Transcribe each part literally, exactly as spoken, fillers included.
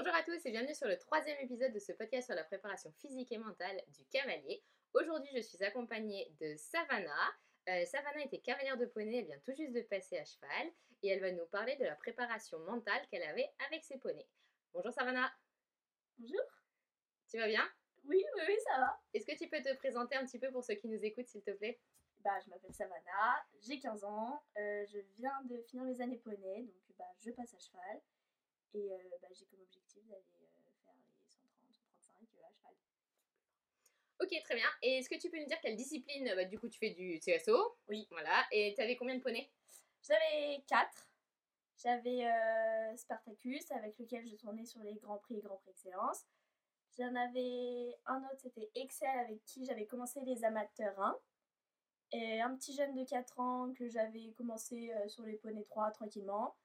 Bonjour à tous et bienvenue sur le troisième épisode de ce podcast sur la préparation physique et mentale du cavalier. Aujourd'hui, je suis accompagnée de Savannah. Euh, Savannah était cavalière de poney, elle vient tout juste de passer à cheval et elle va nous parler de la préparation mentale qu'elle avait avec ses poneys. Bonjour Savannah. Bonjour. Tu vas bien? Oui, oui, oui, ça va. Est-ce que tu peux te présenter un petit peu pour ceux qui nous écoutent, s'il te plaît? Bah, je m'appelle Savannah, j'ai quinze ans, euh, je viens de finir mes années poney, donc bah, je passe à cheval. Et euh, bah, j'ai comme objectif d'aller euh, faire les cent trente, cent trente-cinq euh, à cheval. Ok, très bien. Et est-ce que tu peux nous dire quelle discipline, bah, du coup, tu fais du C S O? Oui. Voilà. Et tu avais combien de poneys? J'avais quatre. J'avais euh, Spartacus, avec lequel je tournais sur les Grands Prix et Grands Prix Excellence. J'en avais un autre, c'était Excel, avec qui j'avais commencé les amateurs un. Et un petit jeune de quatre ans que j'avais commencé euh, sur les poneys trois tranquillement.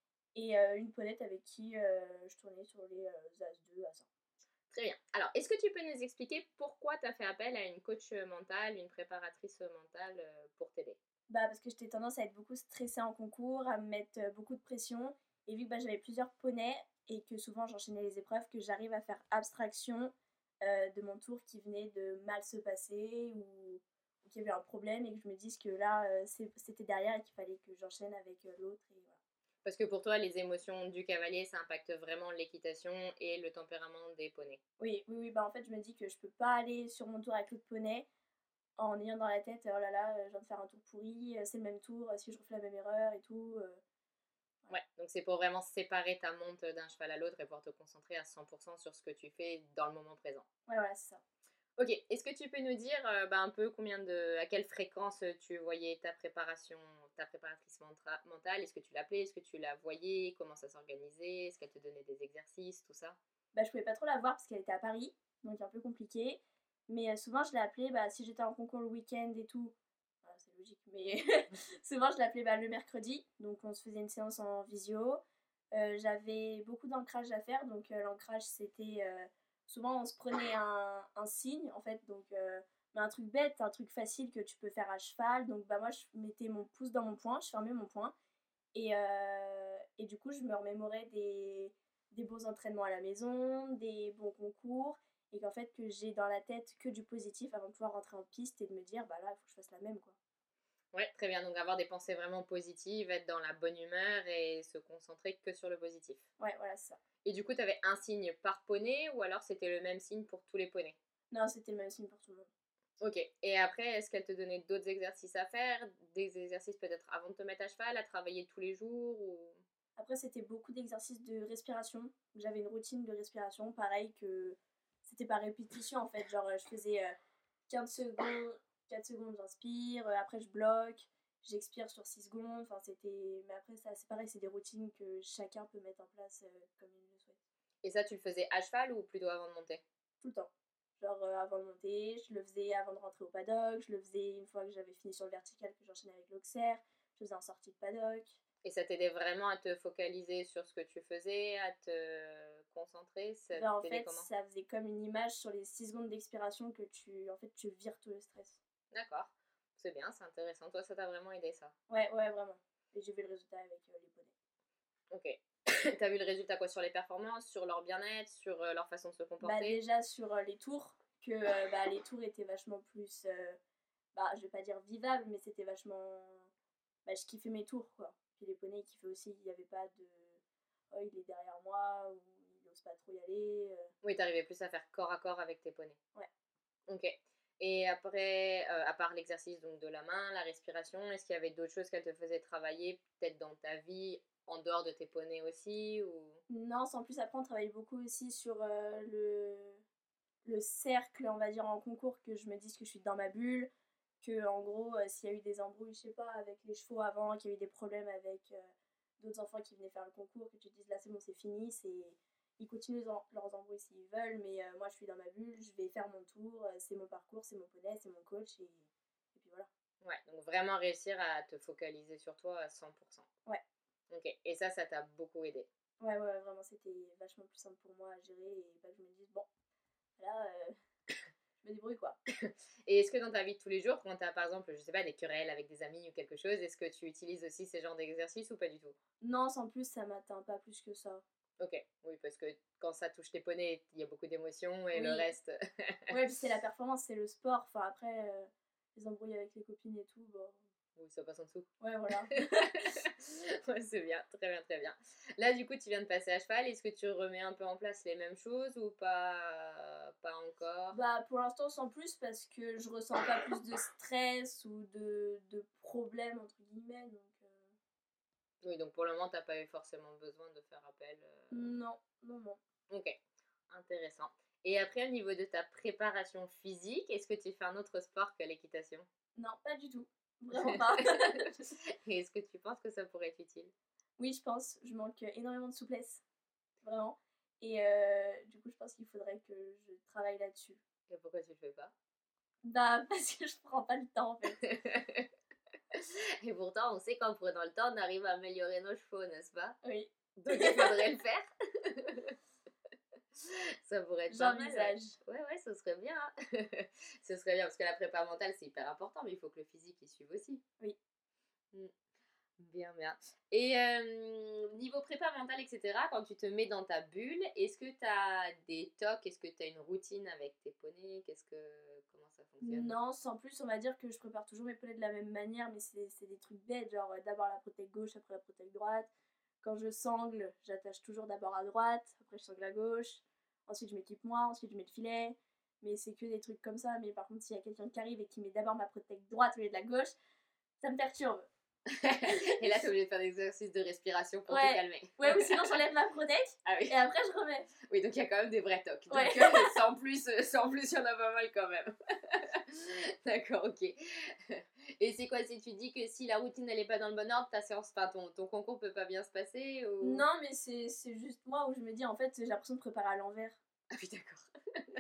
Et euh, une ponette avec qui euh, je tournais sur les euh, As deux, As un. Très bien. Alors, est-ce que tu peux nous expliquer pourquoi tu as fait appel à une coach mentale, une préparatrice mentale euh, pour t'aider? Bah, parce que j'étais tendance à être beaucoup stressée en concours, à me mettre euh, beaucoup de pression. Et vu que bah, j'avais plusieurs poneys et que souvent j'enchaînais les épreuves, que j'arrive à faire abstraction euh, de mon tour qui venait de mal se passer ou, ou qu'il y avait un problème et que je me dise que là euh, c'est- c'était derrière et qu'il fallait que j'enchaîne avec euh, l'autre. Et voilà. Parce que pour toi, les émotions du cavalier, ça impacte vraiment l'équitation et le tempérament des poneys. Oui, oui, oui, bah en fait je me dis que je peux pas aller sur mon tour avec l'autre poney en ayant dans la tête, oh là là, je viens de faire un tour pourri, c'est le même tour, si je refais la même erreur et tout. Euh, Ouais, donc c'est pour vraiment séparer ta monte d'un cheval à l'autre et pouvoir te concentrer à cent pour cent sur ce que tu fais dans le moment présent. Ouais, voilà, c'est ça. Ok, est-ce que tu peux nous dire euh, bah, un peu combien de, à quelle fréquence tu voyais ta préparation, ta préparatrice mentra- mentale? Est-ce que tu l'appelais? Est-ce que tu la voyais? Comment ça s'organisait? Est-ce qu'elle te donnait des exercices, tout ça? Bah, je pouvais pas trop la voir parce qu'elle était à Paris, donc un peu compliqué. Mais euh, souvent, je l'appelais, bah, si j'étais en concours le week-end et tout, voilà, c'est logique, mais souvent, je l'appelais bah, le mercredi, donc on se faisait une séance en visio. Euh, j'avais beaucoup d'ancrage à faire, donc euh, l'ancrage, c'était. Euh, souvent, on se prenait un, un signe, en fait, donc. Euh, mais un truc bête, un truc facile que tu peux faire à cheval. Donc, bah, moi, je mettais mon pouce dans mon poing, je fermais mon poing. Et, euh, et du coup, je me remémorais des, des beaux entraînements à la maison, des bons concours, et qu'en fait, que j'ai dans la tête que du positif avant de pouvoir rentrer en piste et de me dire, bah là, il faut que je fasse la même, quoi. Ouais, très bien. Donc avoir des pensées vraiment positives, être dans la bonne humeur et se concentrer que sur le positif. Ouais, voilà, c'est ça. Et du coup, tu avais un signe par poney ou alors c'était le même signe pour tous les poneys? Non, c'était le même signe pour tout le monde. Ok. Et après, est-ce qu'elle te donnait d'autres exercices à faire? Des exercices peut-être avant de te mettre à cheval, à travailler tous les jours ou... Après, c'était beaucoup d'exercices de respiration. J'avais une routine de respiration, pareil que c'était par répétition, en fait. Genre, je faisais euh, quinze secondes, quatre secondes, j'inspire, euh, après je bloque, j'expire sur six secondes. Enfin, c'était. Mais après, ça, c'est pareil, c'est des routines que chacun peut mettre en place euh, comme il le souhaite. Et ça, tu le faisais à cheval ou plutôt avant de monter? Tout le temps. Genre, euh, avant de monter, je le faisais avant de rentrer au paddock, je le faisais une fois que j'avais fini sur le vertical, que j'enchaînais avec l'auxerre, je faisais en sortie de paddock. Et ça t'aidait vraiment à te focaliser sur ce que tu faisais, à te concentrer? Ça Ben, en t'aidait fait, comment? ça faisait comme une image sur les six secondes d'expiration que tu, en fait, tu vires tout le stress. D'accord. C'est bien, c'est intéressant. Toi, ça t'a vraiment aidé ça? Ouais, ouais, vraiment. Et j'ai vu le résultat avec euh, les poneys. Ok. T'as vu le résultat quoi? Sur les performances, sur leur bien-être, sur euh, leur façon de se Bah, comporter? déjà sur euh, les tours, que euh, bah, les tours étaient vachement plus, euh, bah, je vais pas dire vivables, mais c'était vachement. Bah, je kiffais mes tours, quoi. Puis les poneys, ils kiffaient aussi, il n'y avait pas de. Oh, il est derrière moi, ou il ose pas trop y aller. euh. Oui, t'arrivais plus à faire corps à corps avec tes poneys. Ouais. Ok. Et après, euh, à part l'exercice donc de la main, la respiration, est-ce qu'il y avait d'autres choses qu'elle te faisait travailler, peut-être dans ta vie, en dehors de tes poneys aussi ou... Non, sans plus, après, on travaille beaucoup aussi sur euh, le, le cercle, on va dire, en concours, que je me dise que je suis dans ma bulle, que en gros, euh, s'il y a eu des embrouilles, je sais pas, avec les chevaux avant, qu'il y a eu des problèmes avec euh, d'autres enfants qui venaient faire le concours, que tu te dises là c'est bon, c'est fini, c'est ils continuent en- leurs embrouilles s'ils veulent, mais euh, moi je suis dans ma bulle, je vais faire mon tour, euh, c'est mon parcours, c'est mon poney, c'est mon coach, et, et puis voilà. Ouais, donc vraiment réussir à te focaliser sur toi à cent pour cent. Ouais, Ok, et ça, ça t'a beaucoup aidé. ouais, ouais, vraiment, c'était vachement plus simple pour moi à gérer, et pas que je me dise, bon, là, euh, je me débrouille quoi. Et est-ce que dans ta vie de tous les jours, quand tu as par exemple, je sais pas, des querelles avec des amis ou quelque chose, est-ce que tu utilises aussi ces genres d'exercices ou pas du tout? Non, sans plus, ça m'atteint pas plus que ça. Ok, oui, parce que quand ça touche tes poneys, il y a beaucoup d'émotions et le Oui. reste. Ouais, puis c'est la performance, c'est le sport. Enfin, après, euh, les embrouilles avec les copines et tout, bon. Oui, ça passe en dessous. Ouais, voilà. Ouais, c'est bien, très bien, très bien. Là, du coup, tu viens de passer à cheval. Est-ce que tu remets un peu en place les mêmes choses ou pas, pas encore? Bah, pour l'instant, sans plus, parce que je ressens pas plus de stress ou de, de problèmes, entre guillemets. Donc, euh, Oui, donc pour le moment, t'as pas eu forcément besoin de faire appel. euh, non, non, non. Ok, intéressant. Et après, au niveau de ta préparation physique, est-ce que tu fais un autre sport que l'équitation? Non, pas du tout. Vraiment pas. Et est-ce que tu penses que ça pourrait être utile? Oui, je pense. Je manque énormément de souplesse. Vraiment. Et euh, du coup, je pense qu'il faudrait que je travaille là-dessus. Et pourquoi tu le fais pas? Bah, parce que je prends pas le temps, en fait. Et pourtant, on sait qu'en prenant le temps, on arrive à améliorer nos chevaux, n'est-ce pas? Oui. Donc il faudrait le faire. Ça pourrait être pas mal. J'envisage. Ouais, ouais, ouais, ce serait bien. hein. Ce serait bien parce que la prépa mentale, c'est hyper important, mais il faut que le physique y suive aussi. Oui. Mm. Bien, bien. Et euh, niveau prépa mentale, et cetera, quand tu te mets dans ta bulle, est-ce que tu as des tocs? Est-ce que tu as une routine avec tes poneys? Qu'est-ce que... Comment ça fonctionne? Non, sans plus, on va dire que je prépare toujours mes poneys de la même manière, mais c'est c'est des trucs bêtes, genre euh, d'abord la protège gauche, après la protège droite. Quand je sangle, j'attache toujours d'abord à droite, après je sangle à gauche. Ensuite, je m'équipe moi, ensuite je mets le filet. Mais c'est que des trucs comme ça. Mais par contre, s'il y a quelqu'un qui arrive et qui met d'abord ma protège droite au lieu de la gauche, ça me perturbe. Et là, tu es obligé de faire des exercices de respiration pour Ouais. te calmer. Ouais, ou sinon j'enlève ma protège Ah oui. et après je remets. Oui, donc il y a quand même des vrais tocs. Donc Ouais. euh, sans plus, euh, sans plus, il y en a pas mal quand même. D'accord, ok. Et c'est quoi, si tu dis que si la routine elle est pas dans le bon ordre, ta séance, enfin ton, ton concours peut pas bien se passer ou... Non, mais c'est c'est juste moi où je me dis en fait j'ai l'impression de préparer à l'envers. Ah oui, d'accord.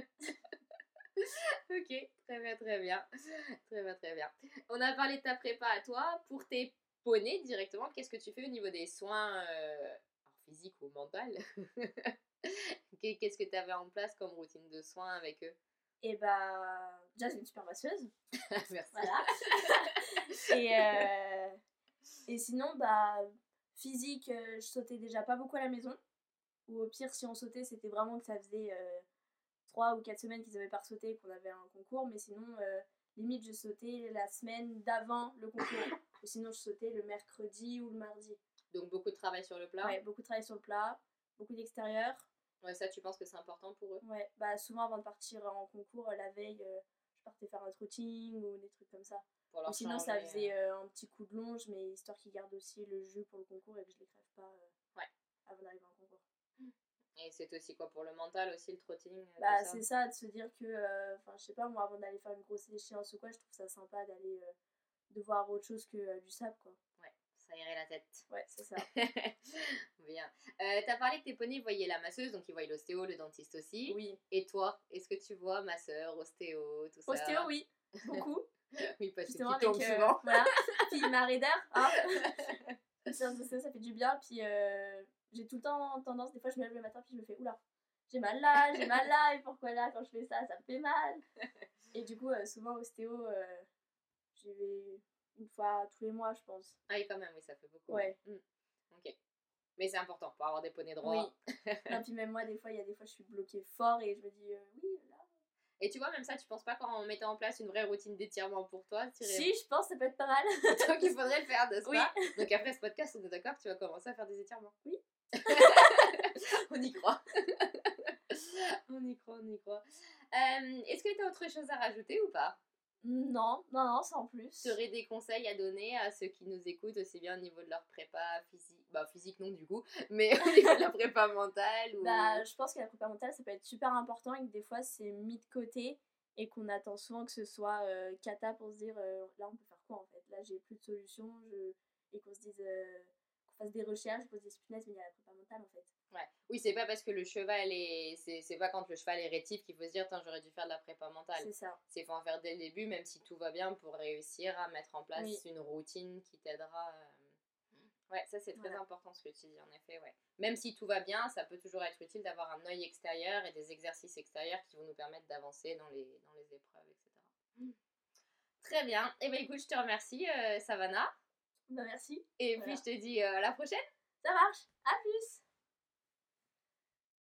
Ok, très bien, très bien. Très bien, très bien. On a parlé de ta prépa à toi. Pour tes poneys directement, qu'est-ce que tu fais au niveau des soins euh, physiques ou mentaux? Qu'est-ce que tu avais en place comme routine de soins avec eux? Et bah déjà c'est une super masseuse. Merci. Voilà. et, euh, et sinon, bah, physique, euh, je sautais déjà pas beaucoup à la maison. Ou au pire, si on sautait, c'était vraiment que ça faisait euh, trois ou quatre semaines qu'ils avaient pas sauté et qu'on avait un concours. Mais sinon, euh, limite, je sautais la semaine d'avant le concours. Ou sinon, je sautais le mercredi ou le mardi. Donc beaucoup de travail sur le plat. Ouais, beaucoup de travail sur le plat, beaucoup d'extérieur. Ouais, ça, tu penses que c'est important pour eux? Ouais, bah souvent avant de partir en concours, euh, la veille, euh, je partais faire un trotting ou des trucs comme ça. Pour leur Ou sinon, changer, ça faisait euh, euh, un petit coup de longe, mais histoire qu'ils gardent aussi le jeu pour le concours et que je les crève pas euh, Ouais. avant d'arriver en concours. Et c'est aussi quoi pour le mental aussi, le trotting, euh, Bah, tout ça? c'est ça, de se dire que, enfin, je sais pas, moi, avant d'aller faire une grosse échéance ou quoi, je trouve ça sympa d'aller, euh, de voir autre chose que euh, du sable, quoi. Ouais, ça irait la tête. Ouais, c'est ça. Bien. Euh, T'as parlé que tes poneys voyaient la masseuse, donc ils voyaient l'ostéo, le dentiste aussi. Oui. Et toi, est-ce que tu vois masseur, ostéo, tout ça? Ostéo, oui, beaucoup. Oui, parce que Justement, tu tombes avec, euh, souvent. voilà. Puis ma raideur, hein. Une séance de ça, ça fait du bien. Puis euh, j'ai tout le temps tendance, des fois, je me lève le matin, puis je me fais, oula, j'ai mal là, j'ai mal là, et pourquoi là, quand je fais ça, ça me fait mal. Et du coup, euh, souvent, ostéo, euh, j'y vais une fois tous les mois, je pense. Ah oui, quand même, oui, ça fait beaucoup. Ouais. Mm. Ok. Mais c'est important pour avoir des poneys droits. Oui. Non, puis même moi, des fois, il y a des fois, je suis bloquée fort et je me dis, euh, oui, là. Et tu vois, même ça, tu penses pas quand on mettait en place une vraie routine d'étirement pour toi? Si, je pense que ça peut être pas mal. Donc il faudrait le faire, n'est-ce Oui. pas? Donc après ce podcast, on est d'accord que tu vas commencer à faire des étirements? Oui. On y croit. On y croit, on y croit. Euh, Est-ce que tu as autre chose à rajouter ou pas? Non, non, non, sans plus. Tu aurais des conseils à donner à ceux qui nous écoutent, aussi bien au niveau de leur prépa physique, bah physique non du coup, mais au niveau de la prépa mentale ou... Bah, je pense que la prépa mentale, ça peut être super important et que des fois, c'est mis de côté et qu'on attend souvent que ce soit euh, cata pour se dire, euh, là, on peut faire quoi en fait? Là, j'ai plus de solution, je... et qu'on se dise, euh, qu'on fasse des recherches, qu'on se dise, punaise, mais il y a la prépa mentale en fait. Ouais. Oui, c'est pas parce que le cheval est... C'est, c'est pas quand le cheval est rétif qu'il faut se dire, j'aurais dû faire de la prépa mentale. C'est ça. C'est faut en faire dès le début, même si tout va bien, pour réussir à mettre en place Oui. une routine qui t'aidera. Euh... Ouais, ça c'est très Voilà. important ce que tu dis, en effet, ouais. Même si tout va bien, ça peut toujours être utile d'avoir un œil extérieur et des exercices extérieurs qui vont nous permettre d'avancer dans les, dans les épreuves, et cetera. Mm. Très bien. Et eh ben écoute, je te remercie, euh, Savannah. Bah, merci. Et Voilà. puis je te dis euh, à la prochaine. Ça marche. À